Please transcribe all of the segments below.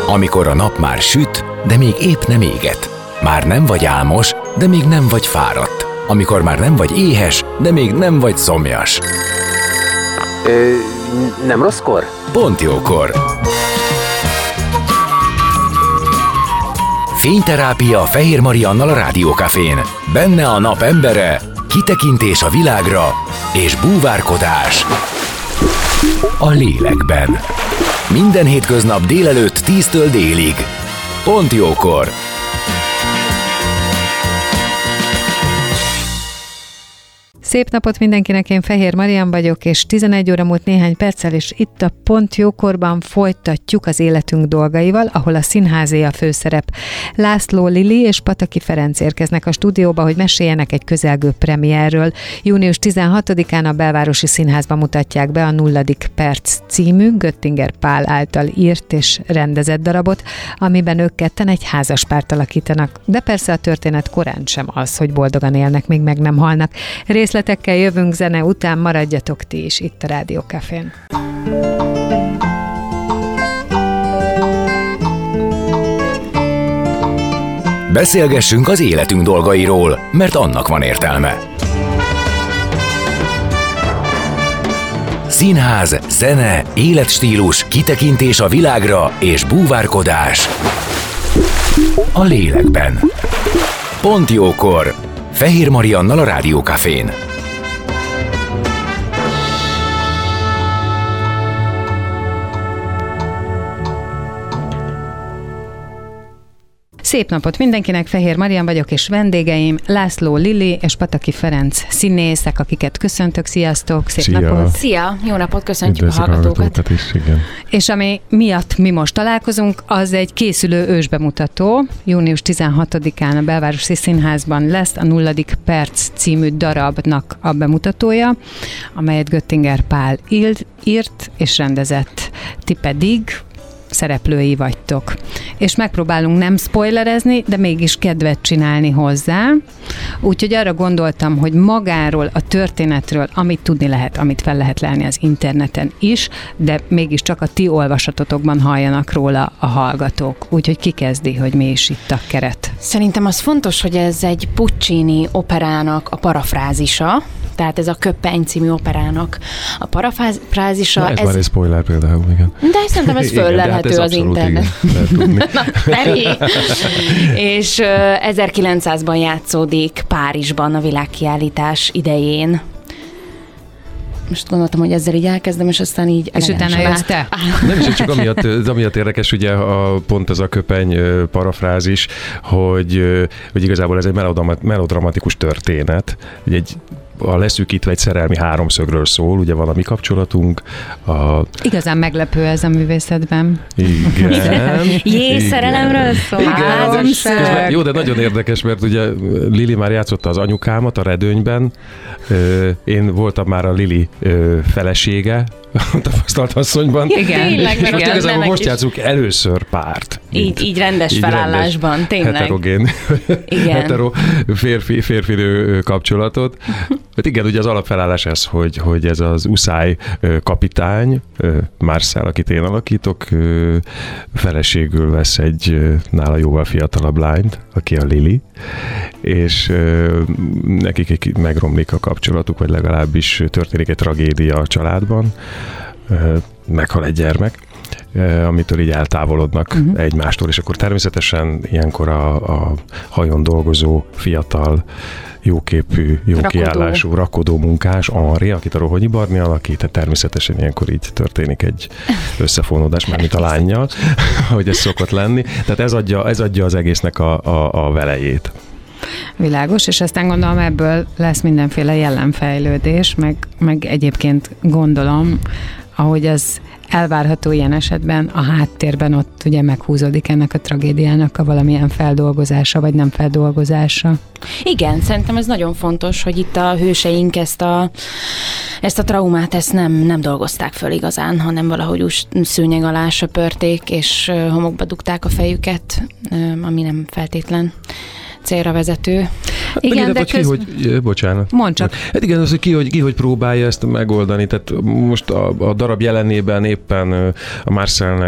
Amikor a nap már süt, de még épp nem éget. Már nem vagy álmos, de még nem vagy fáradt. Amikor már nem vagy éhes, de még nem vagy szomjas. Nem rosszkor? Pont jókor. Fényterápia Fehér Mariannal a Rádiókafén. Benne a nap embere, kitekintés a világra és búvárkodás a lélekben. Minden hétköznap délelőtt 10-től délig. Pont jókor. Szép napot mindenkinek, én Fehér Marian vagyok, és 11 óra múlt néhány perccel, és itt a Pont jókorban folytatjuk az életünk dolgaival, ahol a színházé a főszerep. László Lili és Pataki Ferenc érkeznek a stúdióba, hogy meséljenek egy közelgő premierről. Június 16-án a Belvárosi Színházban mutatják be a 0. perc című Göttinger Pál által írt és rendezett darabot, amiben ők ketten egy házaspárt alakítanak. De persze a történet korán sem az, hogy boldogan élnek, még meg nem halnak. Részletekkel jövünk zene után, maradjatok ti is itt a Rádiókafén. Beszélgessünk az életünk dolgairól, mert annak van értelme. Színház, zene, életstílus, kitekintés a világra és búvárkodás a lélekben. Pont jókor. Fehér Mariannal a Rádiókafén. Szép napot mindenkinek, Fehér Marian vagyok, és vendégeim László Lili és Pataki Ferenc színészek, akiket köszöntök. Sziasztok, szép napot! Szia! Jó napot, köszöntjük a hallgatókat! Is, igen. És ami miatt mi most találkozunk, az egy készülő ősbemutató. Június 16-án a Belvárosi Színházban lesz a 0. perc című darabnak a bemutatója, amelyet Göttinger Pál írt és rendezett. Ti pedig szereplői vagytok. És megpróbálunk nem spoilerezni, de mégis kedvet csinálni hozzá. Úgyhogy arra gondoltam, hogy magáról, a történetről, amit tudni lehet, amit fel lehet lelni az interneten is, de mégiscsak a ti olvasatotokban halljanak róla a hallgatók. Úgyhogy ki kezdi, hogy mi is itt a keret? Szerintem az fontos, hogy ez egy Puccini operának a parafrázisa, tehát ez a Köppeny című operának a parafrázisa. Na, ez már egy spoiler például, igen. De szerintem ez föllelhető az internet. És 1900-ban játszódik Párizsban a világkiállítás idején. Most gondoltam, hogy ezzel így elkezdem, és aztán így... És utána jössz te? Nem is, csak amiatt érdekes, ugye pont ez a Köpeny parafrázis, hogy igazából ez egy melodramatikus történet, a leszűkítve egy szerelmi háromszögről szól, ugye van a mi kapcsolatunk. Igazán meglepő ez a művészetben. Igen. Szerelemről szól. Igen. Jó, de nagyon érdekes, mert ugye Lili már játszotta az anyukámat a Redőnyben. Én voltam már a Lili felesége, a tapasztalt asszonyban. Igen. Tényleg, és most igazából most játszunk először párt. Így rendes felállásban, tényleg. Heterogén, hetero férfinő kapcsolatot. Hát igen, ugye az alapfelállás ez, hogy ez az Uszály kapitány, Marcel, akit én alakítok, feleségül vesz egy nála jóval fiatalabb lányt, aki a Lili, és nekik megromlik a kapcsolatuk, vagy legalábbis történik egy tragédia a családban, meghal egy gyermek, amitől így eltávolodnak egymástól, és akkor természetesen ilyenkor a hajón dolgozó, fiatal, jóképű, jó kiállású, rakodó munkás, Henri, akit a Rohonyi Barni alakít, tehát természetesen ilyenkor így történik egy összefonódás, mármint a lánnyal, ahogy ez szokott lenni. Tehát ez adja az egésznek a velejét. Világos, és aztán gondolom ebből lesz mindenféle jellemfejlődés, meg egyébként gondolom, ahogy az elvárható ilyen esetben, a háttérben ott ugye meghúzódik ennek a tragédiának a valamilyen feldolgozása, vagy nem feldolgozása. Igen, szerintem ez nagyon fontos, hogy itt a hőseink ezt a traumát nem dolgozták föl igazán, hanem valahogy úgy szőnyeg alá söpörték, és homokba dugták a fejüket, ami nem feltétlen célra vezető. Igen, de bocsánat. Mondd csak. Hát igen, az, hogy ki hogy próbálja ezt megoldani. Tehát most a darab jelenében éppen a Marcel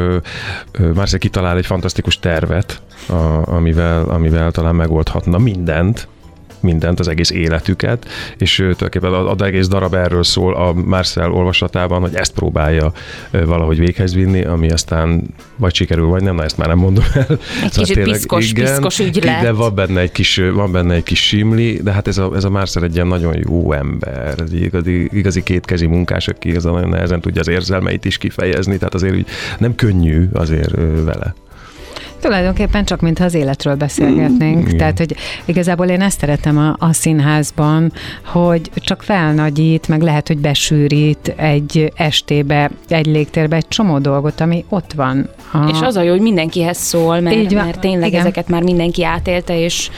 kitalál egy fantasztikus tervet, amivel talán megoldhatna mindent, az egész életüket, és tulajdonképpen az egész darab erről szól a Marcel olvasatában, hogy ezt próbálja valahogy véghez vinni, ami aztán vagy sikerül, vagy nem, ezt már nem mondom el. Egy kicsit piszkos ügy lett. De van benne egy kis simli, de hát ez a Marcel egy ilyen nagyon jó ember, egy igazi kétkezi munkás, aki nagyon nehezen tudja az érzelmeit is kifejezni, tehát azért úgy nem könnyű azért vele. Tulajdonképpen csak mintha az életről beszélgetnénk. Tehát, hogy igazából én ezt szeretem a színházban, hogy csak felnagyít, meg lehet, hogy besűrít egy estébe, egy légtérbe egy csomó dolgot, ami ott van. És az a jó, hogy mindenkihez szól, mert tényleg igen. Ezeket már mindenki átélte,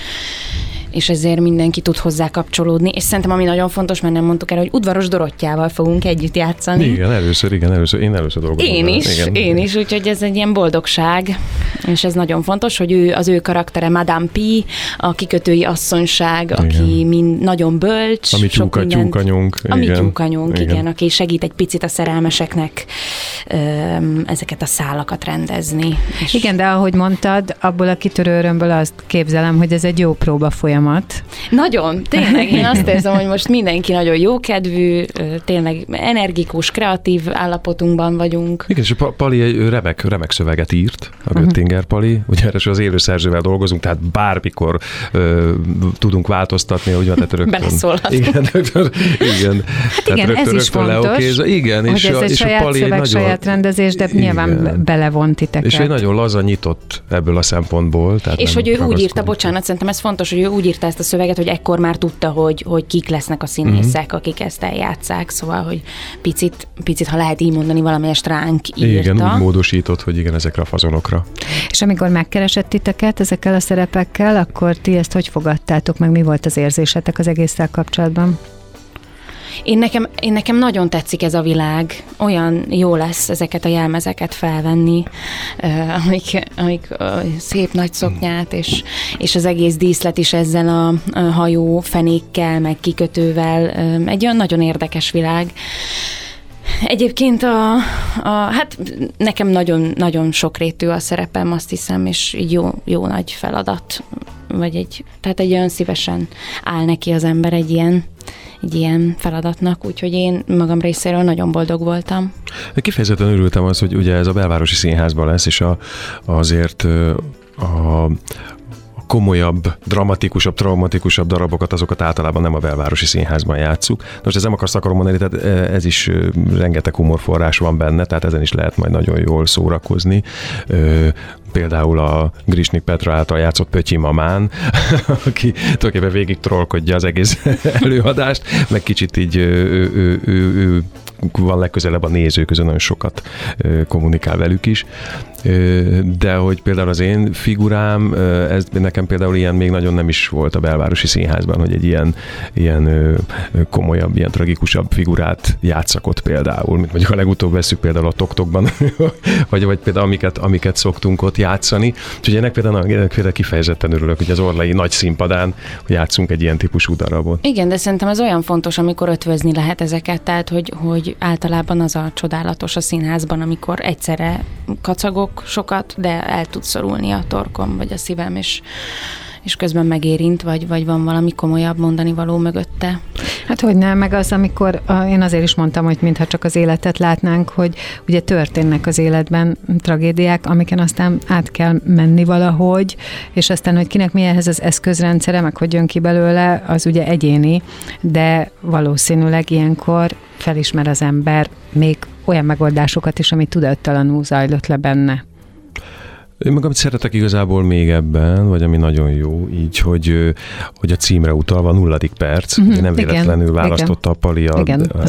és ezért mindenki tud hozzá kapcsolódni. És szerintem ami nagyon fontos, mert nem mondtuk el, hogy Udvaros Dorottyával fogunk együtt játszani. Igen, először. Én először dolgozom. Én is, úgyhogy ez egy ilyen boldogság, és ez nagyon fontos, hogy az ő karaktere Madame P, a kikötői asszonyság, aki nagyon bölcs. Ami tyúkanyunk. Igen, aki segít egy picit a szerelmeseknek ezeket a szálakat rendezni. Igen, de ahogy mondtad, abból a kitörő örömből azt képzelem, hogy ez egy jó próba folyamat. Nagyon, tényleg. Én azt érzem, hogy most mindenki nagyon jókedvű, tényleg energikus, kreatív állapotunkban vagyunk. Igen, és a Pali egy remek szöveget írt, a Göttinger Pali. Ugye az élőszerzővel dolgozunk, tehát bármikor tudunk változtatni, hogy van, tehát rögtön. Beleszólhat. Igen. Hát igen, ez is fontos, igen, hogy ez egy saját Pali szöveg, saját rendezés, de nyilván belevont titeket. És ő nagyon laza nyitott ebből a szempontból. És hogy ő úgy írta, bocsánat, szerintem ez fontos, hogy ő úgy írta ezt a szöveget, hogy ekkor már tudta, hogy kik lesznek a színészek, akik ezt eljátszák, szóval, hogy picit, ha lehet így mondani, valamelyest ránk írta. Igen, úgy módosított, hogy igen, ezekre a fazonokra. És amikor megkeresett titeket ezekkel a szerepekkel, akkor ti ezt hogy fogadtátok meg, mi volt az érzésetek az egésszel kapcsolatban? Én nekem nagyon tetszik ez a világ, olyan jó lesz ezeket a jelmezeket felvenni, amik szép nagy szoknyát, és az egész díszlet is ezzel a hajó fenékkel, meg kikötővel, egy olyan nagyon érdekes világ. Egyébként hát nekem nagyon sokrétű a szerepem, azt hiszem, és jó nagy feladat, tehát egy olyan szívesen áll neki az ember egy ilyen feladatnak, úgyhogy én magam részéről nagyon boldog voltam. Kifejezetten örültem az, hogy ugye ez a Belvárosi Színházban lesz, és azért a komolyabb, dramatikusabb, traumatikusabb darabokat, azokat általában nem a Belvárosi Színházban játsszuk. Most ez nem akarsz mondani, tehát ez is rengeteg humorforrás van benne, tehát ezen is lehet majd nagyon jól szórakozni. Például a Grisnik Petra által játszott Pötyi Mamán, aki tulajdonképpen végig trollkodja az egész előadást, meg kicsit így ő van legközelebb a nézőközön, nagyon sokat kommunikál velük is. De hogy például az én figurám, ez nekem például ilyen még nagyon nem is volt a Belvárosi Színházban, hogy egy ilyen komolyabb, ilyen tragikusabb figurát játsszak ott például, mint mondjuk a legutóbb veszük például a Toktokban, vagy például amiket szoktunk ott játszani. Úgyhogy ennek például kifejezetten örülök, hogy az Orlai nagy színpadán hogy játszunk egy ilyen típusú darabot. Igen, de szerintem ez olyan fontos, amikor ötvözni lehet ezeket, tehát hogy általában az a csodálatos a színházban, amikor egyszerre kacagok sokat, de el tud szorulni a torkom, vagy a szívem, és közben megérint, vagy van valami komolyabb mondani való mögötte. Hát hogy nem, meg az, amikor én azért is mondtam, hogy mintha csak az életet látnánk, hogy ugye történnek az életben tragédiák, amiken aztán át kell menni valahogy, és aztán, hogy kinek milyenhez az eszközrendszere, meg hogy jön ki belőle, az ugye egyéni, de valószínűleg ilyenkor felismer az ember még olyan megoldásokat is, ami tudattalanul zajlott le benne. Én meg amit szeretek igazából még ebben, vagy ami nagyon jó, így, hogy a címre utalva 0. perc, nem véletlenül választotta a Pali a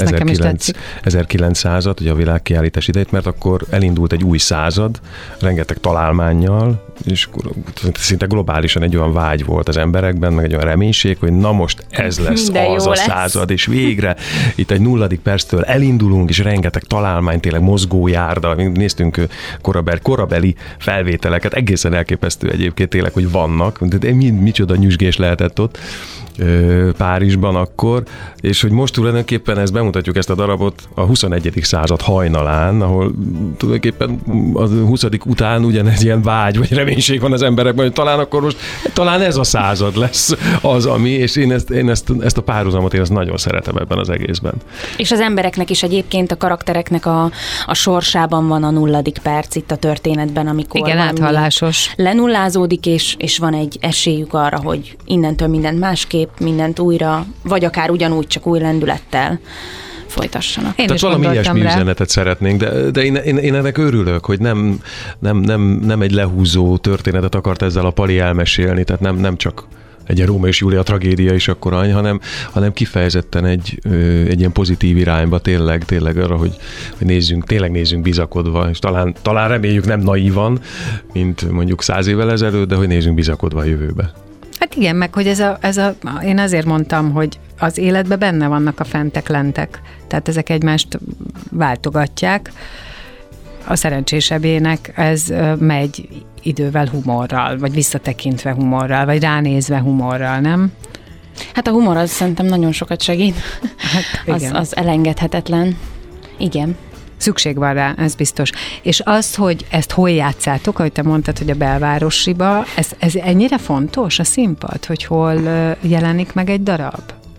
1900-at, ugye a világkiállítás idejét, mert akkor elindult egy új század, rengeteg találmánnyal, és szinte globálisan egy olyan vágy volt az emberekben, meg egy olyan reménység, hogy na most ez lesz az a század, és végre itt egy 0. perctől elindulunk, és rengeteg találmány, tényleg mozgójárda, néztünk korabeli felvétel ételeket. Egészen elképesztő egyébként tényleg, hogy vannak, de micsoda nyüzsgés lehetett ott Párizsban akkor, és hogy most tulajdonképpen ezt bemutatjuk ezt a darabot a 21. század hajnalán, ahol tulajdonképpen a 20. után ugyanez ilyen vágy vagy reménység van az emberekben, hogy talán akkor most, talán ez a század lesz az, ami, és én ezt a párhuzamot én ezt nagyon szeretem ebben az egészben. És az embereknek is egyébként a karaktereknek a sorsában van a 0. perc itt a történetben, amikor igen, áthallásos. Lenullázódik, és van egy esélyük arra, hogy innentől mindent másképp, mindent újra, vagy akár ugyanúgy, csak új lendülettel folytassanak. Tehát valami ilyesmi üzenetet szeretnénk, de én ennek örülök, hogy nem egy lehúzó történetet akart ezzel a Pali elmesélni, tehát nem csak egy Rómeó és Júlia tragédia is akkor hanem kifejezetten egy ilyen pozitív irányba tényleg arra, hogy nézzünk bizakodva, és talán reméljük nem naívan, mint mondjuk 100 évvel ezelőtt, de hogy nézzünk bizakodva a jövőbe. Hát igen, meg hogy én azért mondtam, hogy az életben benne vannak a fentek-lentek, tehát ezek egymást váltogatják. A szerencsésebbének ez megy idővel humorral, vagy visszatekintve humorral, vagy ránézve humorral, nem? Hát a humor az szerintem nagyon sokat segít. Hát, az elengedhetetlen. Igen. Szükség van rá, ez biztos. És az, hogy ezt hol játszátok, ahogy te mondtad, hogy a belvárosiba, ez ennyire fontos, a színpad, hogy hol jelenik meg egy darab?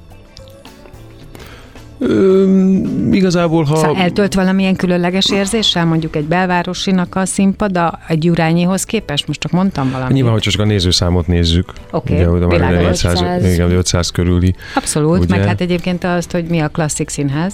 Igazából, ha... Szóval eltölt valamilyen különleges érzéssel, mondjuk egy belvárosinak a színpada, egy Jurányihoz képest? Most csak mondtam valamit. Nyilván, hogy csak a nézőszámot nézzük. Oké, világos. 500 körüli. Többször, meg hát egyébként azt, hogy mi a klasszik színház.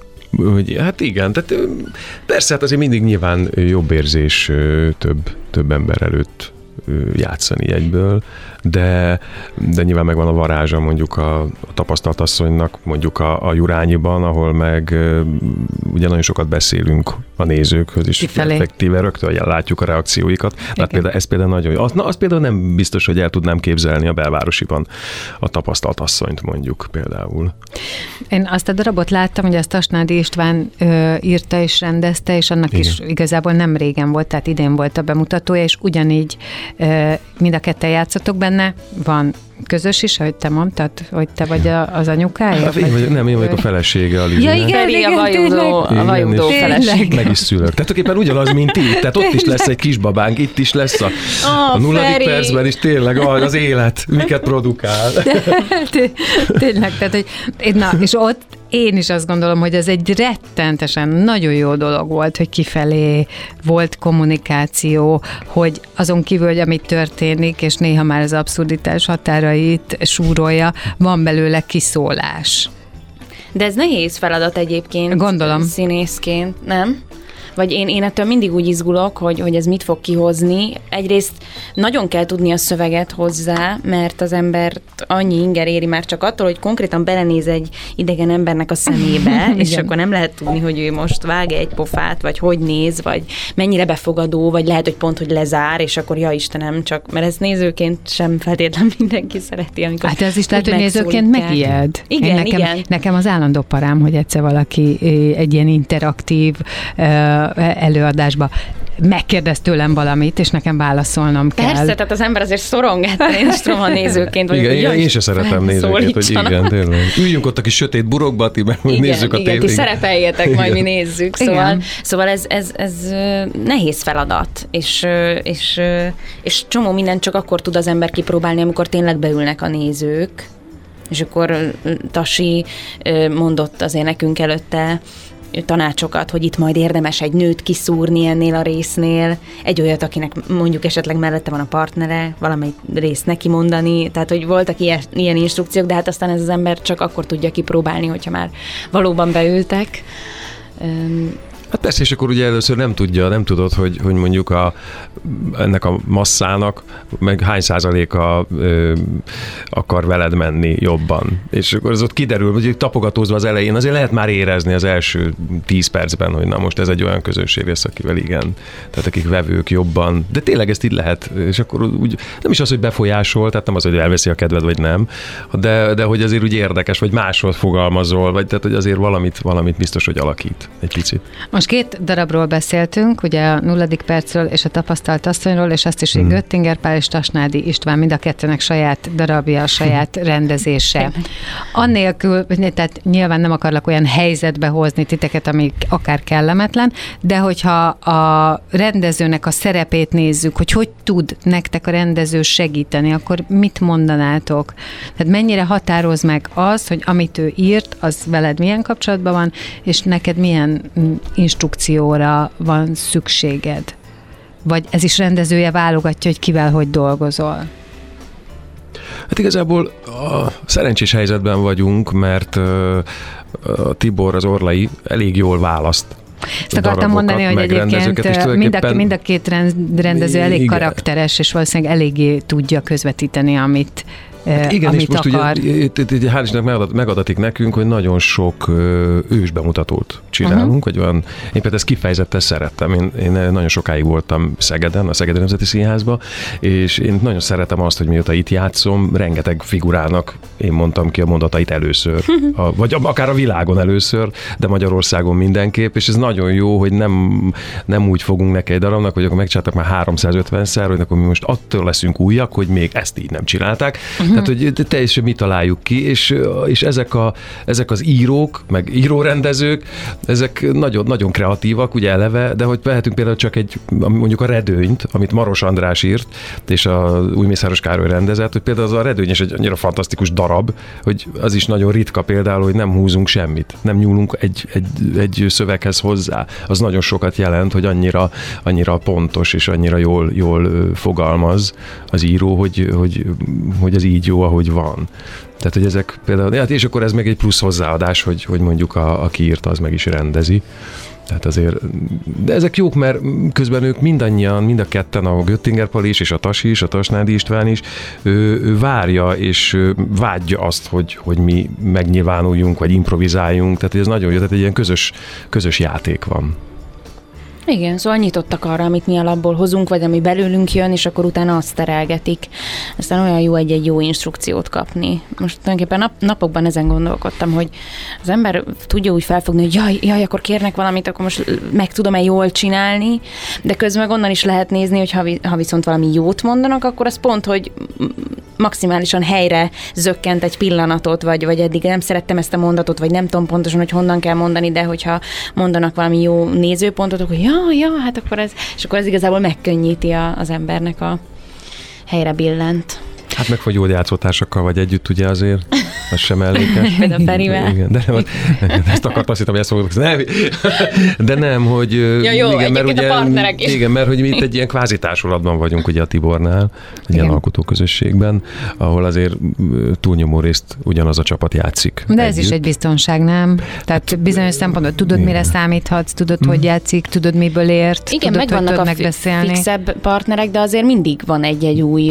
Hát igen, tehát persze, hát azért mindig nyilván jobb érzés több ember előtt játszani egyből, de nyilván megvan a varázsa mondjuk a tapasztalt asszonynak, mondjuk a Jurányiban, ahol meg ugye nagyon sokat beszélünk a nézőkhöz, és effektíve rögtön látjuk a reakcióikat. Hát ez például nagyon jó. Azt például nem biztos, hogy el tudnám képzelni a belvárosiban a tapasztalt asszonyt mondjuk például. Én azt a darabot láttam, hogy azt Tasnádi István írta és rendezte, és annak igen. is igazából nem régen volt, tehát idén volt a bemutatója, és ugyanígy mind a ketten játszotok benne, van közös is, ahogy te mondtad, hogy te vagy az anyukája? Hát én vagyok a felesége a Lizinek. Ja, igen, a vajudó feleség. Meg is szülök. Tehát tulajdonképpen ugyanaz, mint itt. Tehát ott is lesz egy kisbabánk, itt is lesz a 0. percben is tényleg az élet, miket produkál. Tényleg, tehát, hogy és ott én is azt gondolom, hogy ez egy rettentesen nagyon jó dolog volt, hogy kifelé volt kommunikáció, hogy azon kívül, hogy amit történik, és néha már az abszurditás határait súrolja, van belőle kiszólás. De ez nehéz feladat egyébként. Gondolom. Színészként, nem? Vagy én ettől mindig úgy izgulok, hogy ez mit fog kihozni. Egyrészt nagyon kell tudni a szöveget hozzá, mert az embert annyi inger éri már csak attól, hogy konkrétan belenéz egy idegen embernek a szemébe, és akkor nem lehet tudni, hogy ő most vág egy pofát, vagy hogy néz, vagy mennyire befogadó, vagy lehet, hogy pont, hogy lezár, és akkor ja Istenem, csak, mert ezt nézőként sem feltétlenül mindenki szereti, amikor hát ez is lehet, hogy nézőként megijed. Igen. Nekem az állandó parám, hogy egyszer valaki egy ilyen interaktív előadásba megkérdez tőlem valamit, és nekem válaszolnom kell. Persze, tehát az ember azért szorong, én is tudom, a nézőként vagyok. Igen, én se szeretem nézőként, hogy igen, tényleg. Üljünk ott a kis sötét burokba, nézzük a tévét. Igen, ti szerepeljetek, majd mi nézzük. Szóval ez nehéz feladat, és csomó mindent csak akkor tud az ember kipróbálni, amikor tényleg beülnek a nézők, és akkor Tasi mondott azért nekünk előtte tanácsokat, hogy itt majd érdemes egy nőt kiszúrni ennél a résznél, egy olyat, akinek mondjuk esetleg mellette van a partnere, valamelyik részt neki mondani, tehát hogy voltak ilyen instrukciók, de hát aztán ez az ember csak akkor tudja kipróbálni, hogyha már valóban beültek. Hát persze, és akkor ugye először nem tudod, hogy mondjuk ennek a masszának meg hány százaléka akar veled menni jobban. És akkor az ott kiderül, hogy tapogatózva az elején azért lehet már érezni az első 10 percben, hogy na most ez egy olyan közönség lesz, akivel igen. Tehát akik vevők jobban. De tényleg ezt így lehet. És akkor úgy, nem is az, hogy befolyásol, tehát nem az, hogy elveszi a kedved, vagy nem, de hogy azért úgy érdekes, vagy máshoz fogalmazol, vagy tehát, hogy azért valamit biztos, hogy alakít egy picit. Most 2 darabról beszéltünk, ugye a 0. percről és a tapasztalt asszonyról, és azt is, hogy Göttinger Pál és Tasnádi István mind a kettőnek saját darabja, saját rendezése. Annélkül, tehát nyilván nem akarlak olyan helyzetbe hozni titeket, ami akár kellemetlen, de hogyha a rendezőnek a szerepét nézzük, hogy tud nektek a rendező segíteni, akkor mit mondanátok? Tehát mennyire határoz meg az, hogy amit ő írt, az veled milyen kapcsolatban van, és neked milyen instrukcióra van szükséged? Vagy ez is rendezője válogatja, hogy kivel hogy dolgozol? Hát igazából a szerencsés helyzetben vagyunk, mert a Tibor, az Orlai elég jól választ. Ezt akartam mondani, hogy egyébként mind a 2 rendező elég karakteres, és valószínűleg eléggé tudja közvetíteni, amit igen, amit és most akar. Ugye, hál' Istennek megadatik nekünk, hogy nagyon sok ősbemutatót csinálunk, vagy olyan, én például ezt kifejezetten szerettem. Én nagyon sokáig voltam Szegeden, a Szegedi Nemzeti Színházban, és én nagyon szeretem azt, hogy mióta itt játszom, rengeteg figurának én mondtam ki a mondatait először, vagy akár a világon először, de Magyarországon mindenképp, és ez nagyon jó, hogy nem úgy fogunk neki egy darabnak, hogy akkor megcsináltak már 350-szer, hogy akkor mi most attól leszünk újak, hogy még ezt így nem csinálták. Tehát, hogy teljesen mi találjuk ki, és ezek az írók, meg írórendezők, ezek nagyon, nagyon kreatívak, ugye eleve, de hogy vehetünk például csak mondjuk a Redőnyt, amit Maros András írt, és a Újmészáros Károly rendezett, hogy például az a Redőny is egy annyira fantasztikus darab, hogy az is nagyon ritka például, hogy nem húzunk semmit, nem nyúlunk egy szöveghez hozzá. Az nagyon sokat jelent, hogy annyira pontos, és annyira jól fogalmaz az író, hogy ez így jó, ahogy van. Tehát, hogy ezek például, és akkor ez meg egy plusz hozzáadás, hogy mondjuk aki írta, az meg is rendezi. Tehát azért, de ezek jók, mert közben ők mindannyian, mind a ketten, a Göttinger Pali is, és a Tasi is, a Tasnádi István is, ő várja és vágyja azt, hogy mi megnyilvánuljunk, vagy improvizáljunk. Tehát ez nagyon jó, tehát egy ilyen közös játék van. Igen, szóval nyitottak arra, amit mi alapból hozunk, vagy ami belőlünk jön, és akkor utána azt terelgetik. Aztán olyan jó egy jó instrukciót kapni. Most tulajdonképpen napokban ezen gondolkodtam, hogy az ember tudja úgy felfogni, hogy jaj, akkor kérnek valamit, akkor most meg tudom-e jól csinálni, de közben onnan is lehet nézni, hogy ha viszont valami jót mondanak, akkor az pont, hogy maximálisan helyre zökkent egy pillanatot, vagy eddig nem szerettem ezt a mondatot, vagy nem tudom pontosan, hogy honnan kell mondani, de hogyha mondanak valami jó nézőpontot, akkor hát akkor ez igazából megkönnyíti az embernek a helyre billent. Hát meg vagy jól játszótársakkal vagy együtt, ugye azért, az sem mellékes. Például Ferivel. Igen, de ezt akartam, azt hittem, hogy ezt fogok. De nem, hogy... Ja, jó, igen, mert ugye, a partnerek is. Igen, mert hogy mi itt egy ilyen kvázi társulatban vagyunk ugye a Tibornál, egy ilyen alkotóközösségben, ahol azért túlnyomó részt ugyanaz a csapat játszik. De ez is egy biztonság, nem? Tehát bizonyos szempontból tudod, mire számíthatsz, tudod, hogy játszik, tudod, miből ért, igen, tudod, hogy tudod megbeszélni. Fixebb partnerek, de azért mindig van egy új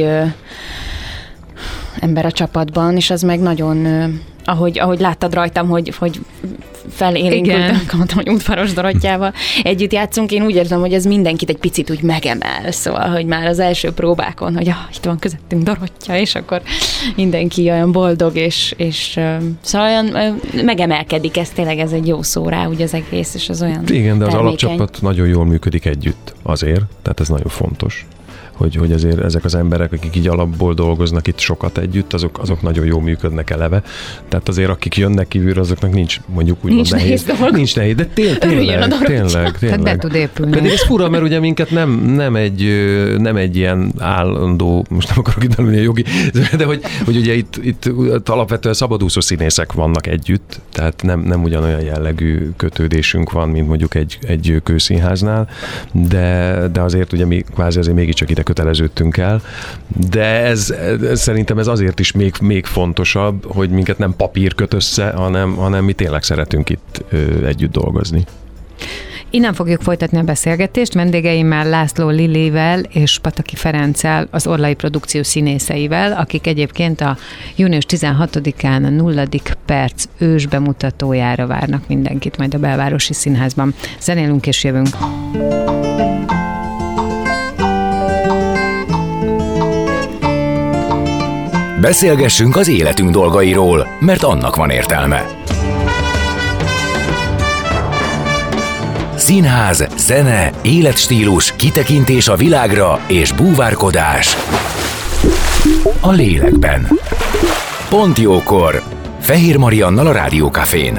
ember a csapatban, és az meg nagyon, ahogy láttad rajtam, hogy felélénkültem, mondtam, hogy Udvaros Dorottyával együtt játszunk, én úgy érzem, hogy ez mindenkit egy picit úgy megemel, szóval, hogy már az első próbákon, hogy itt van közöttünk Dorottya, és akkor mindenki olyan boldog, és szóval olyan megemelkedik, ez egy jó szó rá, ugye az egész, és az olyan igen, de az termékeny. alapcsapat nagyon jól működik együtt azért, tehát ez nagyon fontos. Hogy azért ezek az emberek, akik így alapból dolgoznak itt sokat együtt, azok nagyon jól működnek eleve. Tehát azért akik jönnek kívülről, azoknak nincs mondjuk úgy nehéz. Nincs nehéz, de tényleg. Tehát be tud épülni. Pedig ez fura, mert ugye minket nem egy ilyen állandó, most nem akarok itt belülni a jogi, de hogy ugye itt alapvetően szabadúszó színészek vannak együtt, tehát nem ugyanolyan jellegű kötődésünk van, mint mondjuk egy kőszínháznál, de azért ugye mi kvázi azért mégiscsak ide köteleződtünk el, de szerintem ez azért is még fontosabb, hogy minket nem papír köt össze, hanem mi tényleg szeretünk itt együtt dolgozni. Innen fogjuk folytatni a beszélgetést vendégeimmel, László Lilivel és Pataki Ferenccel, az Orlai Produkció színészeivel, akik egyébként a június 16-án a 0. perc ős bemutatójára várnak mindenkit majd a Belvárosi Színházban. Zenélünk és jövünk. Beszélgessünk az életünk dolgairól, mert annak van értelme. Színház, zene, életstílus, kitekintés a világra és búvárkodás a lélekben. Pont jókor! Fehér Mariannal a Rádió Cafén.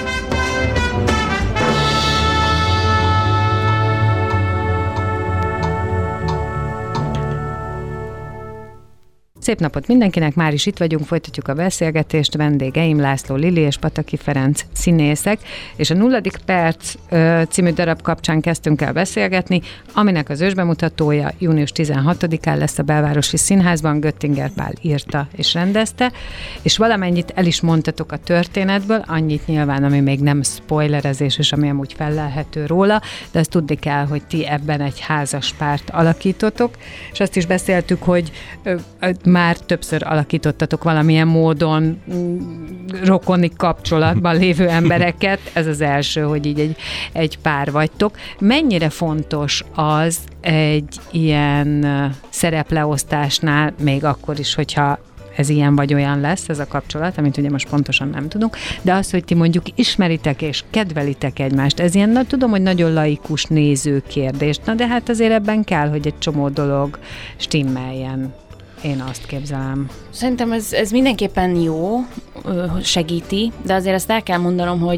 Szép napot mindenkinek, már is itt vagyunk, folytatjuk a beszélgetést, vendégeim László Lili és Pataki Ferenc színészek, és a 0. perc című darab kapcsán kezdtünk el beszélgetni, aminek az ősbemutatója június 16-án lesz a Belvárosi Színházban, Göttinger Pál írta és rendezte, és valamennyit el is mondtatok a történetből, annyit nyilván, ami még nem spoilerezés, és ami amúgy fellelhető róla, de azt tudni kell, hogy ti ebben egy házas párt alakítotok, és azt is beszéltük, hogy már többször alakítottatok valamilyen módon rokoni kapcsolatban lévő embereket. Ez az első, hogy így egy pár vagytok. Mennyire fontos az egy ilyen szerepleosztásnál, még akkor is, hogyha ez ilyen vagy olyan lesz, ez a kapcsolat, amit ugye most pontosan nem tudunk, de az, hogy ti mondjuk ismeritek és kedvelitek egymást, ez ilyen, tudom, hogy nagyon laikus nézőkérdés, de hát azért ebben kell, hogy egy csomó dolog stimmeljen. Én azt képzelem. Szerintem ez mindenképpen jó, segíti, de azért azt el kell mondanom, hogy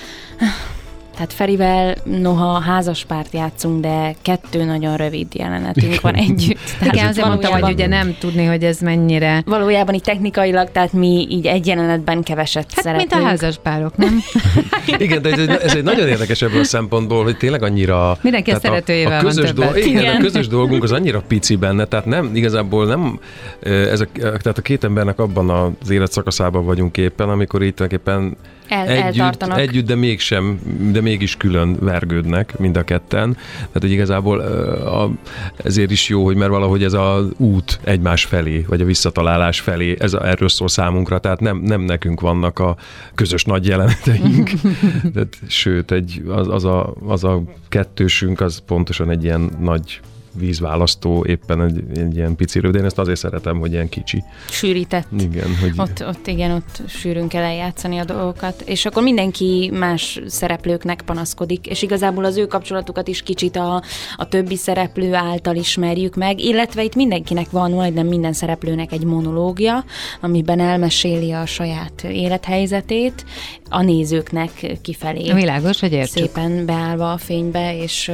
tehát Ferivel noha házaspárt játszunk, de 2 nagyon rövid jelenetünk van együtt. Igen, azért mondtam, hogy ugye nem tudni, hogy ez mennyire... Valójában így technikailag, tehát mi így egy jelenetben keveset szeretünk. Mint a házaspárok, nem? Igen, de ez egy nagyon érdekes ebből a szempontból, hogy tényleg annyira... Mindenki a szeretőjével van többet. Igen, a közös dolgunk az annyira pici benne, tehát nem, igazából nem... Tehát a 2 embernek abban az életszakaszában vagyunk éppen, amikor itt tulajdonképpen együtt, de mégis külön vergődnek mind a ketten. Tehát, hogy igazából ezért is jó, hogy mert valahogy ez az út egymás felé, vagy a visszatalálás felé, erről szól számunkra, tehát nem nekünk vannak a közös nagy jeleneteink. Tehát, sőt, az a kettősünk, az pontosan egy ilyen nagy vízválasztó, éppen egy ilyen piciről, de én ezt azért szeretem, hogy ilyen kicsi. Sűrített. Igen. Hogy... Ott sűrűn kell eljátszani a dolgokat, és akkor mindenki más szereplőknek panaszkodik, és igazából az ő kapcsolatukat is kicsit a többi szereplő által ismerjük meg, illetve itt mindenkinek van, majdnem minden szereplőnek egy monológia, amiben elmeséli a saját élethelyzetét, a nézőknek kifelé. Világos, hogy értsük. Szépen beállva a fénybe, és...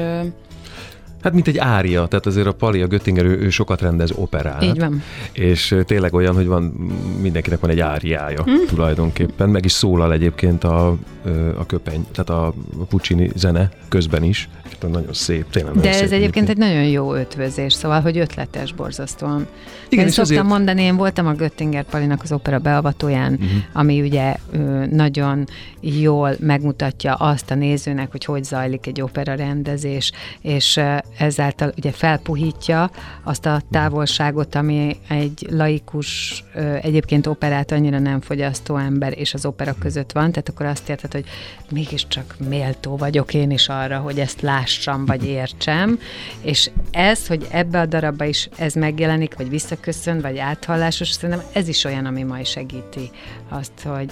Hát mint egy ária, tehát azért a Pali, a Göttinger, ő sokat rendez operát. Így van. És tényleg olyan, hogy mindenkinek van egy áriája tulajdonképpen, meg is szólal egyébként a köpeny, tehát a Puccini zene közben is. Nagyon szép, tényleg nagyon szép. De ez egyébként egy nagyon jó ötvözés, szóval, hogy ötletes borzasztóan. Igen, én szoktam mondani, én voltam a Göttinger Palinak az opera beavatóján, ami ugye nagyon jól megmutatja azt a nézőnek, hogy zajlik egy opera rendezés, és ezáltal ugye felpuhítja azt a távolságot, ami egy laikus, egyébként operát annyira nem fogyasztó ember és az opera között van, tehát akkor azt érted, hogy mégiscsak méltó vagyok én is arra, hogy ezt lássam, vagy értsem, és ez, hogy ebbe a darabba is ez megjelenik, vagy visszaköszön, vagy áthallásos, szerintem ez is olyan, ami majd segíti azt,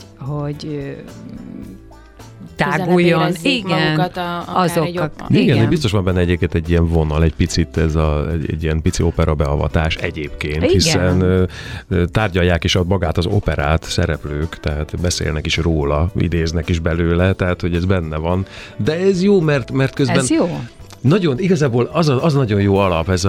hogy táguljon. Igen, igen, biztos van benne egyébként egy ilyen vonal, egy picit egy ilyen pici opera beavatás egyébként, igen. Hiszen tárgyalják is magát az operát szereplők, tehát beszélnek is róla, idéznek is belőle, tehát hogy ez benne van. De ez jó, mert közben... Ez jó. Nagyon, igazából az nagyon jó alap, ez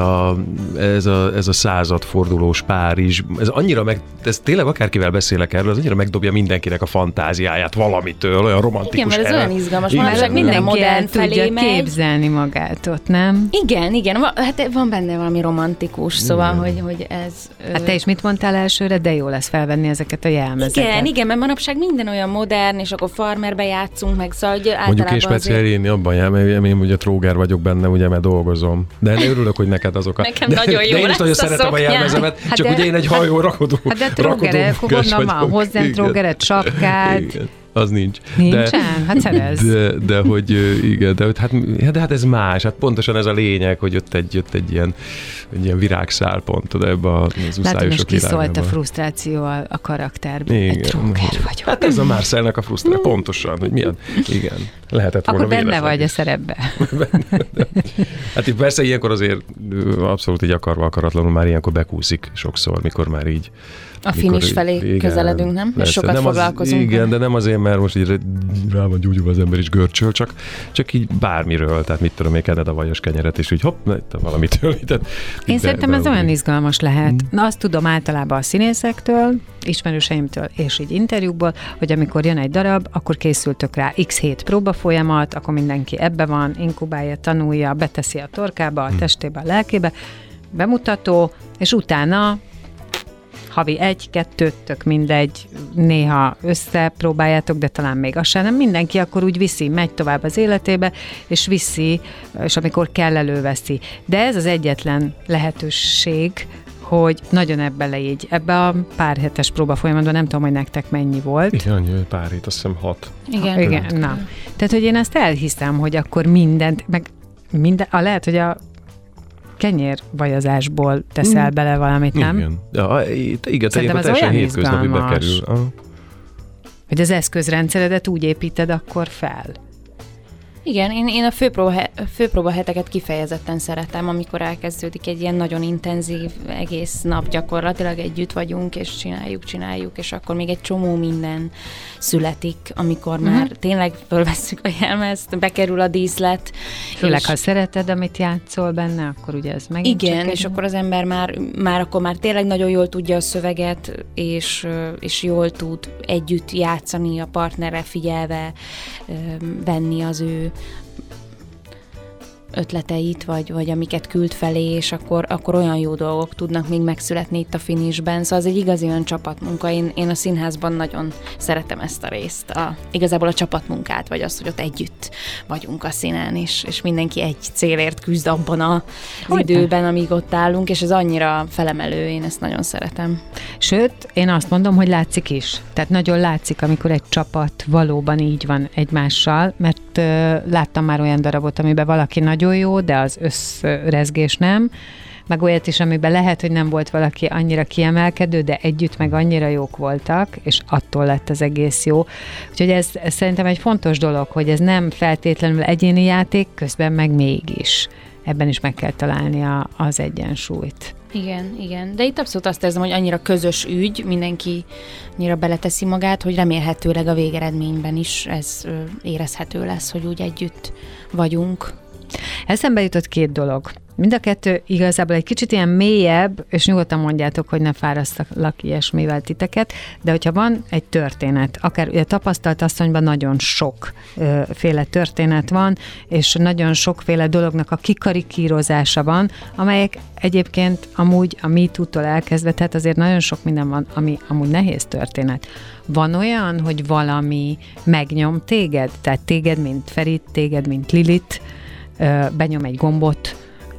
a századfordulós Párizs, ez tényleg akárkivel beszélek erről, az annyira megdobja mindenkinek a fantáziáját valamitől, olyan romantikus. Igen, mert ez olyan izgalmas, manapság minden modern felé megy. Képzelni magát ott, nem? Igen, hát van benne valami romantikus, szóval, hogy ez... Hát te is mit mondtál elsőre, de jó lesz felvenni ezeket a jelmezeket. Igen, mert manapság minden olyan modern, és akkor farmerbe játszunk, meg szóval, hogy általában mondjuk én speciál én abban jár, én ugye tróger vagyok benne, ugye, mert dolgozom. De örülök, hogy neked azok a... Nekem nagyon jó de én is nagyon szeretem a jelmezemet, csak ugye én egy hajó rakodó. Hát de trógerek, honnan van hozzám trógeret, sapkád, Az nincs. Nincsen? Hát szerez. De hogy igen, de hát ez más. Hát pontosan ez a lényeg, hogy jött egy ilyen virágszál pont oda ebbe az uszályosok világába. Látom, és kiszólt a frusztráció a karakterben. Egy tróger vagyok. Hát ez a Marcelnek a frusztráció. Pontosan, hogy milyen. Igen. Lehetett volna akkor benne vagy a szerepbe. Hát persze ilyenkor azért abszolút így akarva akaratlanul már ilyenkor bekúszik sokszor, mikor már így a finish felé közeledünk, nem? És sokat nem foglalkozunk. Igen, de nem azért, mert most így rá van gyúgyulva az ember is görcsöl, csak így bármiről, tehát mit tudom, még a vajos kenyeret, és úgy hopp, valamitől. Én szerintem ez olyan izgalmas lehet. Na, azt tudom általában a színészektől, ismerőseimtől és így interjúkból, hogy amikor jön egy darab, akkor készültök rá x hét próbafolyamat, akkor mindenki ebbe van, inkubálja, tanulja, beteszi a torkába, a testébe, a lelkébe, bemutató, és utána havi 1-2, tök mindegy, néha összepróbáljátok, de talán még az sem, nem mindenki akkor úgy viszi, megy tovább az életébe, és viszi, és amikor kell, előveszi. De ez az egyetlen lehetőség, hogy nagyon ebbe a pár hetes próba folyamatban, nem tudom, hogy nektek mennyi volt. Igen, pár hét, azt hiszem 6. Igen, na. Tehát, hogy én ezt elhiszem, hogy akkor mindent, meg lehet, hogy a kenyérvajazásból teszel bele valamit, nem? Igen, szerintem ez olyan hétköznapi bekerül. Hogy az eszközrendszeredet úgy építed akkor fel. Igen, én a főpróba heteket kifejezetten szeretem, amikor elkezdődik egy ilyen nagyon intenzív egész nap gyakorlatilag együtt vagyunk, és csináljuk, és akkor még egy csomó minden születik, amikor már tényleg fölvesszük a jelmezt, bekerül a díszlet. Főleg, ha szereted, amit játszol benne, akkor ugye ez megint igen, és akkor az ember már tényleg nagyon jól tudja a szöveget, és jól tud együtt játszani, a partnerre figyelve venni az ő ötleteit, vagy amiket küld felé, és akkor olyan jó dolgok tudnak még megszületni itt a finishben. Szóval az egy igazi olyan csapatmunka. Én a színházban nagyon szeretem ezt a részt. Igazából a csapatmunkát, vagy azt, hogy ott együtt vagyunk a színen, és mindenki egy célért küzd abban az időben, amíg ott állunk, és ez annyira felemelő, én ezt nagyon szeretem. Sőt, én azt mondom, hogy látszik is. Tehát nagyon látszik, amikor egy csapat valóban így van egymással, mert láttam már olyan darabot, amiben valaki nagyon jó, de az összrezgés nem, meg olyat is, amiben lehet, hogy nem volt valaki annyira kiemelkedő, de együtt meg annyira jók voltak, és attól lett az egész jó. Úgyhogy ez szerintem egy fontos dolog, hogy ez nem feltétlenül egyéni játék, közben meg mégis. Ebben is meg kell találni az egyensúlyt. Igen. De itt abszolút azt érzem, hogy annyira közös ügy, mindenki annyira beleteszi magát, hogy remélhetőleg a végeredményben is ez érezhető lesz, hogy úgy együtt vagyunk. Eszembe jutott 2 dolog. Mind a 2 igazából egy kicsit ilyen mélyebb, és nyugodtan mondjátok, hogy ne fárasztalak ilyesmivel titeket, de hogyha van egy történet, akár ugye tapasztalt asszonyban nagyon sokféle történet van, és nagyon sokféle dolognak a kikarikírozása van, amelyek egyébként amúgy a MeToo-tól elkezdve, tehát azért nagyon sok minden van, ami amúgy nehéz történet. Van olyan, hogy valami megnyom téged? Tehát téged, mint Ferit, téged, mint Lilit, benyom egy gombot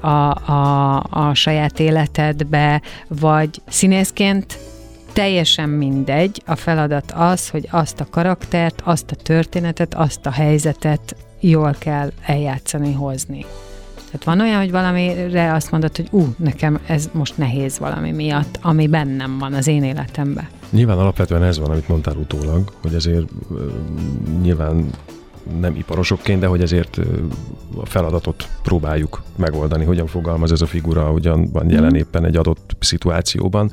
a saját életedbe, vagy színészként teljesen mindegy, a feladat az, hogy azt a karaktert, azt a történetet, azt a helyzetet jól kell eljátszani, hozni. Tehát van olyan, hogy valamire azt mondod, hogy nekem ez most nehéz valami miatt, ami bennem van az én életemben. Nyilván alapvetően ez van, amit mondtál utólag, hogy ezért nyilván nem iparosokként, de hogy ezért a feladatot próbáljuk megoldani, hogyan fogalmaz ez a figura, hogyan van jelen éppen egy adott szituációban.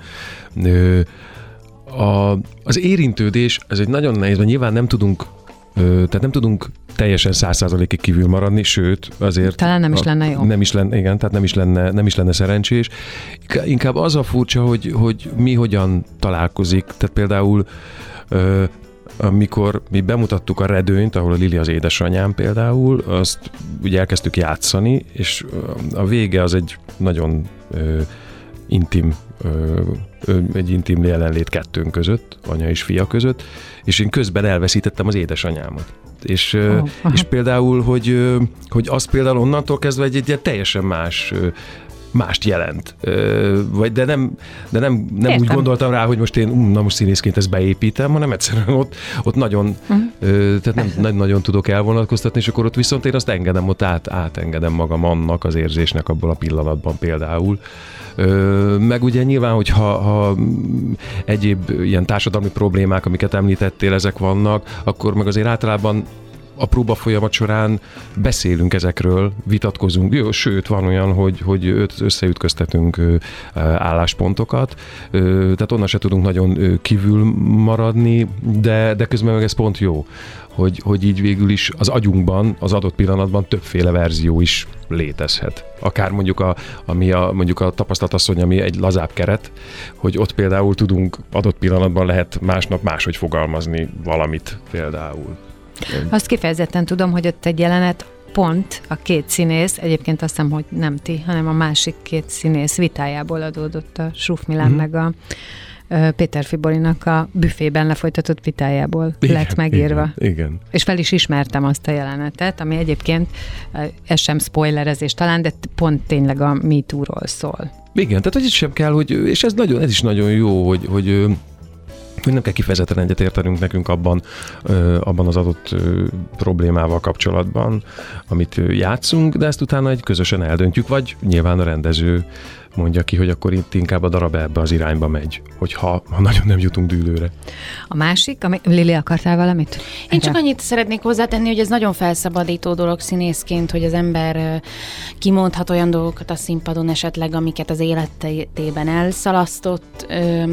Az érintődés, ez egy nagyon nehéz, mert nyilván nem tudunk teljesen 100%-ig kívül maradni, sőt, azért... Talán nem is lenne jó. Nem is lenne szerencsés. Inkább az a furcsa, hogy mi hogyan találkozik. Tehát például amikor mi bemutattuk a Redőnyt, ahol a Lili az édesanyám például, azt ugye elkezdtük játszani, és a vége az egy nagyon intim jelenlét kettőnk között, anya és fia között, és én közben elveszítettem az édesanyámat. És például, hogy az például onnantól kezdve egy teljesen más mást jelent. De nem úgy gondoltam rá, hogy most én most színészként ezt beépítem, hanem egyszerűen ott nagyon, tehát nem nagyon tudok elvonatkoztatni, és akkor ott viszont én azt engedem, ott átengedem magam annak az érzésnek abból a pillanatban például. Meg ugye nyilván, hogyha egyéb ilyen társadalmi problémák, amiket említettél, ezek vannak, akkor meg azért általában a próba folyamat során beszélünk ezekről, vitatkozunk, sőt, van olyan, hogy összeütköztetünk álláspontokat, tehát onnan se tudunk nagyon kívül maradni, de közben meg ez pont jó, hogy így végül is az agyunkban, az adott pillanatban többféle verzió is létezhet. Akár mondjuk mondjuk a tapasztalatasszony, ami egy lazább keret, hogy ott például tudunk, adott pillanatban lehet másnap máshogy fogalmazni valamit például. Azt kifejezetten tudom, hogy ott egy jelenet pont a két színész, egyébként azt hiszem, hogy nem ti, hanem a másik két színész vitájából adódott, a Sruf Milán meg a Péter Fiborinak a büfében lefolytatott vitájából lett megírva. Igen. És fel is ismertem azt a jelenetet, ami egyébként, ez sem spoilerezés talán, de pont tényleg a MeToo-ról szól. Igen, tehát hogy itt sem kell, és ez is nagyon jó, hogy nem kell kifejezetten egyetértenünk nekünk abban az adott problémával kapcsolatban, amit játszunk, de ezt utána egy közösen eldöntjük, vagy nyilván a rendező mondja ki, hogy akkor itt inkább a darab ebbe az irányba megy, hogyha nagyon nem jutunk dűlőre. A másik, Lili, akartál valamit? Én csak annyit szeretnék hozzátenni, hogy ez nagyon felszabadító dolog színészként, hogy az ember kimondhat olyan dolgokat a színpadon esetleg, amiket az életében elszalasztott,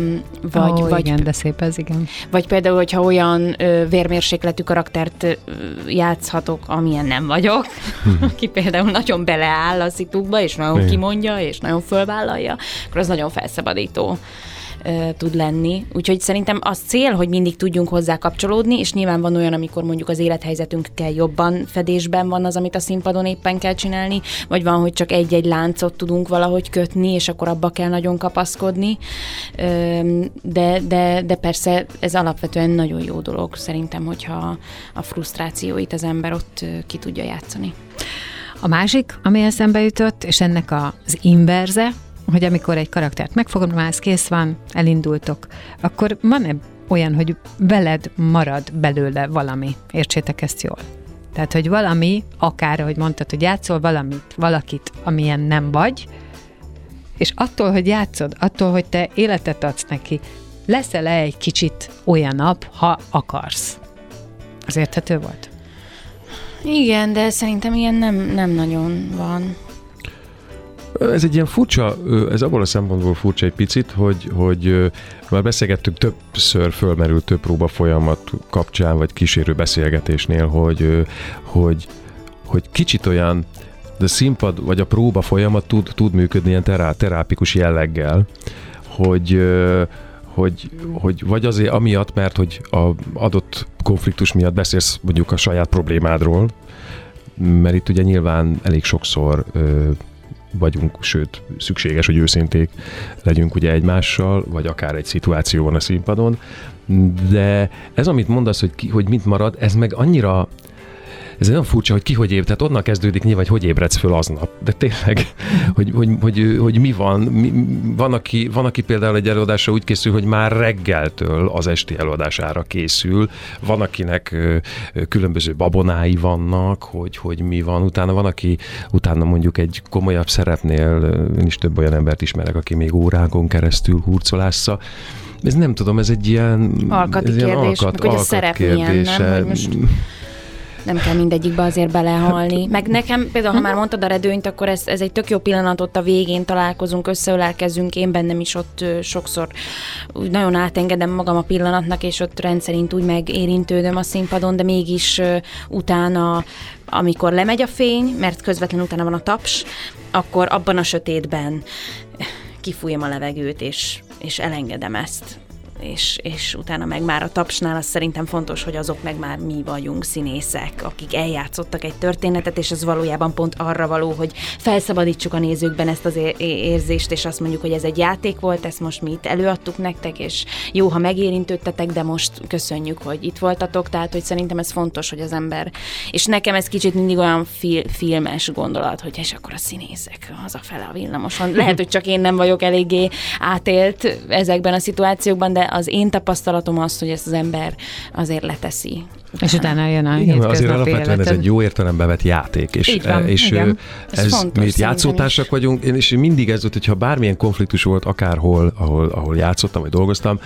vagy igen, de szép ez, igen. Vagy például, hogyha olyan vérmérsékletű karaktert játszhatok, amilyen nem vagyok, aki például nagyon beleáll a szitukba, és nagyon kimondja, és nagyon fölvállalja, akkor az nagyon felszabadító tud lenni. Úgyhogy szerintem az cél, hogy mindig tudjunk hozzá kapcsolódni, és nyilván van olyan, amikor mondjuk az élethelyzetünkkel jobban fedésben van az, amit a színpadon éppen kell csinálni, vagy van, hogy csak egy-egy láncot tudunk valahogy kötni, és akkor abba kell nagyon kapaszkodni. De persze ez alapvetően nagyon jó dolog szerintem, hogyha a frusztrációit az ember ott ki tudja játszani. A másik, ami eszembe jutott, és ennek az inverze, hogy amikor egy karaktert megfogalmaz, kész van, elindultok, akkor van-e olyan, hogy veled marad belőle valami? Értsétek ezt jól? Tehát, hogy valami, akár, ahogy mondtad, hogy játszol valakit, amilyen nem vagy, és attól, hogy játszod, attól, hogy te életet adsz neki, leszel-e egy kicsit olyanabb, ha akarsz? Az érthető volt? Igen, de szerintem ilyen nem nagyon van. Ez egy ilyen furcsa, ez abból a szempontból furcsa egy picit, hogy már beszélgettünk, többször fölmerült több próba folyamat kapcsán, vagy kísérő beszélgetésnél, hogy kicsit olyan, de színpad, vagy a próba folyamat tud működni ilyen terápikus jelleggel, hogy vagy azért amiatt, mert hogy az adott konfliktus miatt beszélsz mondjuk a saját problémádról, mert itt ugye nyilván elég sokszor vagyunk, sőt, szükséges, hogy őszinték legyünk ugye egymással, vagy akár egy szituációban a színpadon, de ez, amit mondasz, hogy mit marad, ez meg annyira, ez olyan furcsa, hogy ki hogy éb, tehát onnan kezdődik nyilván, hogy ébredsz föl aznap. De tényleg, hogy mi van. Van, aki például egy előadásra úgy készül, hogy már reggeltől az esti előadására készül. Van, akinek különböző babonái vannak, hogy mi van. Utána van, aki utána mondjuk egy komolyabb szerepnél, én is több olyan embert ismerek, aki még órákon keresztül hurcolásza. Ez nem tudom, ez egy ilyen... Alkati kérdés, meg hogy a szerep milyen, nem? Hogy most... Nem kell mindegyikbe azért belehalni. Meg nekem, például, ha már mondtad a redőnyt, akkor ez egy tök jó pillanat, ott a végén találkozunk, összeölelkezünk, én bennem is ott sokszor úgy nagyon átengedem magam a pillanatnak, és ott rendszerint úgy megérintődöm a színpadon, de mégis utána, amikor lemegy a fény, mert közvetlenül utána van a taps, akkor abban a sötétben kifújom a levegőt, és elengedem ezt. és utána meg már a tapsnál az szerintem fontos, hogy azok meg már mi vagyunk színészek, akik eljátszottak egy történetet, és ez valójában pont arra való, hogy felszabadítsuk a nézőkben ezt az érzést, és azt mondjuk, hogy ez egy játék volt, ezt most mi itt előadtuk nektek, és jó, ha megérintődtetek, de most köszönjük, hogy itt voltatok, tehát hogy szerintem ez fontos, hogy az ember, és nekem ez kicsit mindig olyan filmes gondolat, hogy és akkor a színészek hazafele a villamoson. Lehet, hogy csak én nem vagyok eléggé átélt ezekben a szituációkban, de az én tapasztalatom az, hogy ezt az ember azért leteszi. És utána jön a hétköznapi hétköznapi azért alapvetően életed. ez egy jó értelemben vett játék, és mi itt játszótársak vagyunk, és mindig ez volt, hogyha bármilyen konfliktus volt akárhol, ahol játszottam, vagy dolgoztam,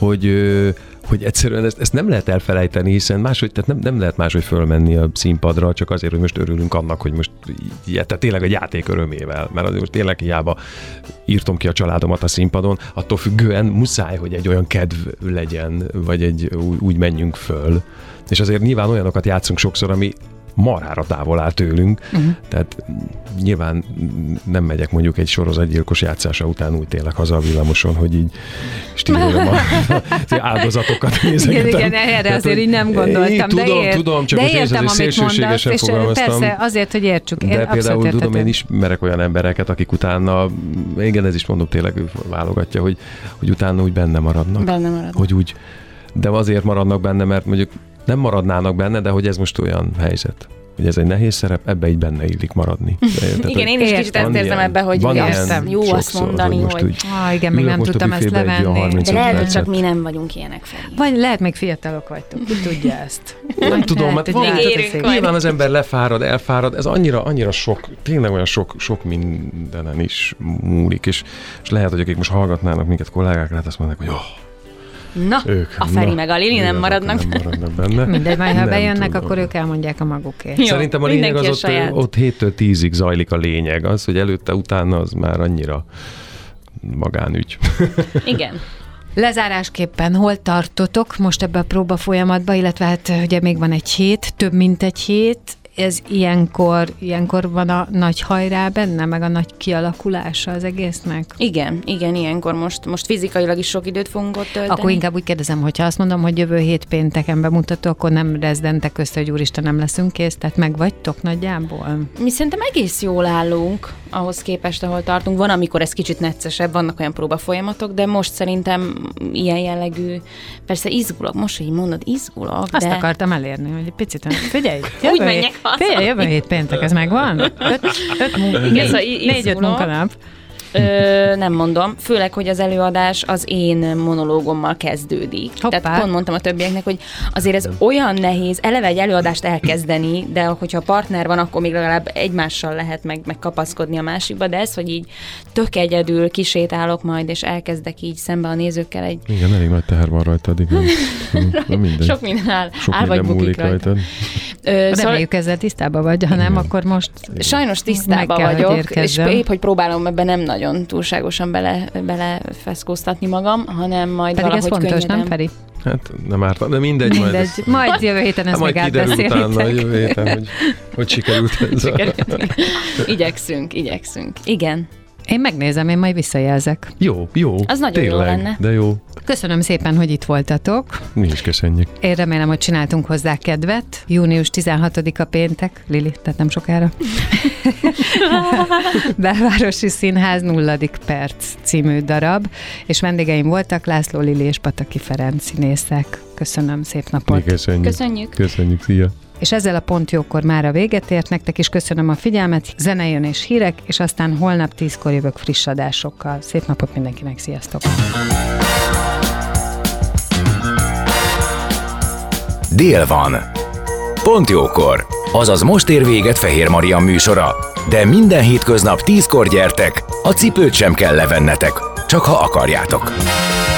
hogy egyszerűen ezt nem lehet elfelejteni, hiszen máshogy, tehát nem lehet máshogy fölmenni a színpadra, csak azért, hogy most örülünk annak, hogy most tehát tényleg a játék örömével, mert azért most tényleg hiába írtam ki a családomat a színpadon, attól függően muszáj, hogy egy olyan kedv legyen, vagy úgy menjünk föl. És azért nyilván olyanokat játszunk sokszor, ami marhára távol áll tőlünk, tehát nyilván nem megyek mondjuk egy sorozatgyilkos játszása után úgy tényleg haza a villamoson, hogy így stílolom az áldozatokat nézegetem. Igen, erre azért így nem gondoltam, tudom, csak de most értem, amit szélsőségesen mondasz, fogalmaztam. Persze, azért, hogy értsük. De például tudom, én ismerek olyan embereket, akik utána, igen, ez is mondom, tényleg válogatja, hogy utána úgy benne maradnak. Hogy úgy, de azért maradnak benne, mert mondjuk nem maradnának benne, de hogy ez most olyan helyzet, hogy ez egy nehéz szerep, ebbe így benne illik maradni. Tehát, igen, én is kicsit ezt érzem ebbe, hogy jó azt mondani, hogy igen, még nem tudtam ezt levenni. De lehet, hogy csak mi nem vagyunk ilyenek felé. Vagy lehet, még fiatalok vagytok, ki tudja ezt. Nem tudom, mert nyilván az ember lefárad, elfárad, ez annyira sok, tényleg olyan sok mindenen is múlik, és lehet, hogy akik most hallgatnának minket kollégák, lehet azt mondják, hogy na, a Feri meg a Lili nem maradnak benne. Mindegy, majd ha bejönnek, akkor ők elmondják a magukért. Szerintem a lényeg az ott 7-től 10-ig zajlik a lényeg. Az, hogy előtte, utána az már annyira magánügy. Igen. Lezárásképpen hol tartotok most ebbe a próba folyamatba, illetve hát ugye még van egy hét, több mint egy hét, ez ilyenkor van a nagy hajrá benne, meg a nagy kialakulása az egésznek? Igen, ilyenkor most fizikailag is sok időt fogunk ott tölteni. Akkor inkább úgy kérdezem, hogyha azt mondom, hogy jövő hét pénteken bemutató, akkor nem rezdentek össze, hogy úristen, nem leszünk kész, tehát meg vagytok nagyjából? Mi szerintem egész jól állunk ahhoz képest, ahol tartunk. Van, amikor ez kicsit neccesebb, vannak olyan próbafolyamatok, de most szerintem ilyen jellegű, persze izgulok, most, hogy mondod, izgulok, azt akartam elérni, hogy egy picit, figyelj, jövő hét péntek, ez megvan? 4-5 munkanap. Nem mondom, főleg, hogy az előadás az én monológommal kezdődik. Hoppá. Tehát pont mondtam a többieknek, hogy azért ez olyan nehéz eleve egy előadást elkezdeni, de hogyha partner van, akkor még legalább egymással lehet meg kapaszkodni a másikba, de ez, hogy így tök egyedül kisétálok majd, és elkezdek így szembe a nézőkkel egy... Igen, elég nagy teher van rajtad, igen. Sok minden áll vagy bukik rajtad. Reméljük ezzel tisztában vagy, ha nem, akkor most... Sajnos tisztában vagyok, és épp, hogy próbálom ebben nem nagyon túlságosan belefeszkóztatni magam, hanem majd pedig valahogy ez fontos, könnyedem. nem, Feri? Hát nem ártam, de mindegy. Majd jövő héten ezt meg átbeszélitek. Majd kiderül utána jövő héten, hogy sikerült ez. Igyekszünk. Igen. Én megnézem, én majd visszajelzek. Jó. Az nagyon tényleg, jó lenne. De jó. Köszönöm szépen, hogy itt voltatok. Mi is köszönjük. Én remélem, hogy csináltunk hozzá kedvet. Június 16-a péntek, Lili, tehát nem sokára. Belvárosi Színház 0. perc című darab, és vendégeim voltak László Lili és Pataki Ferenc színészek. Köszönöm, szép napot. Köszönjük, szia. És ezzel a Pont Jókor mára véget ért, nektek is köszönöm a figyelmet, zene jön és hírek, és aztán holnap 10-kor jövök friss adásokkal. Szép napot mindenkinek, sziasztok! Dél van. Pont Jókor. Azaz most ér véget Fehér Maria műsora. De minden hétköznap 10-kor gyertek, a cipőt sem kell levennetek, csak ha akarjátok.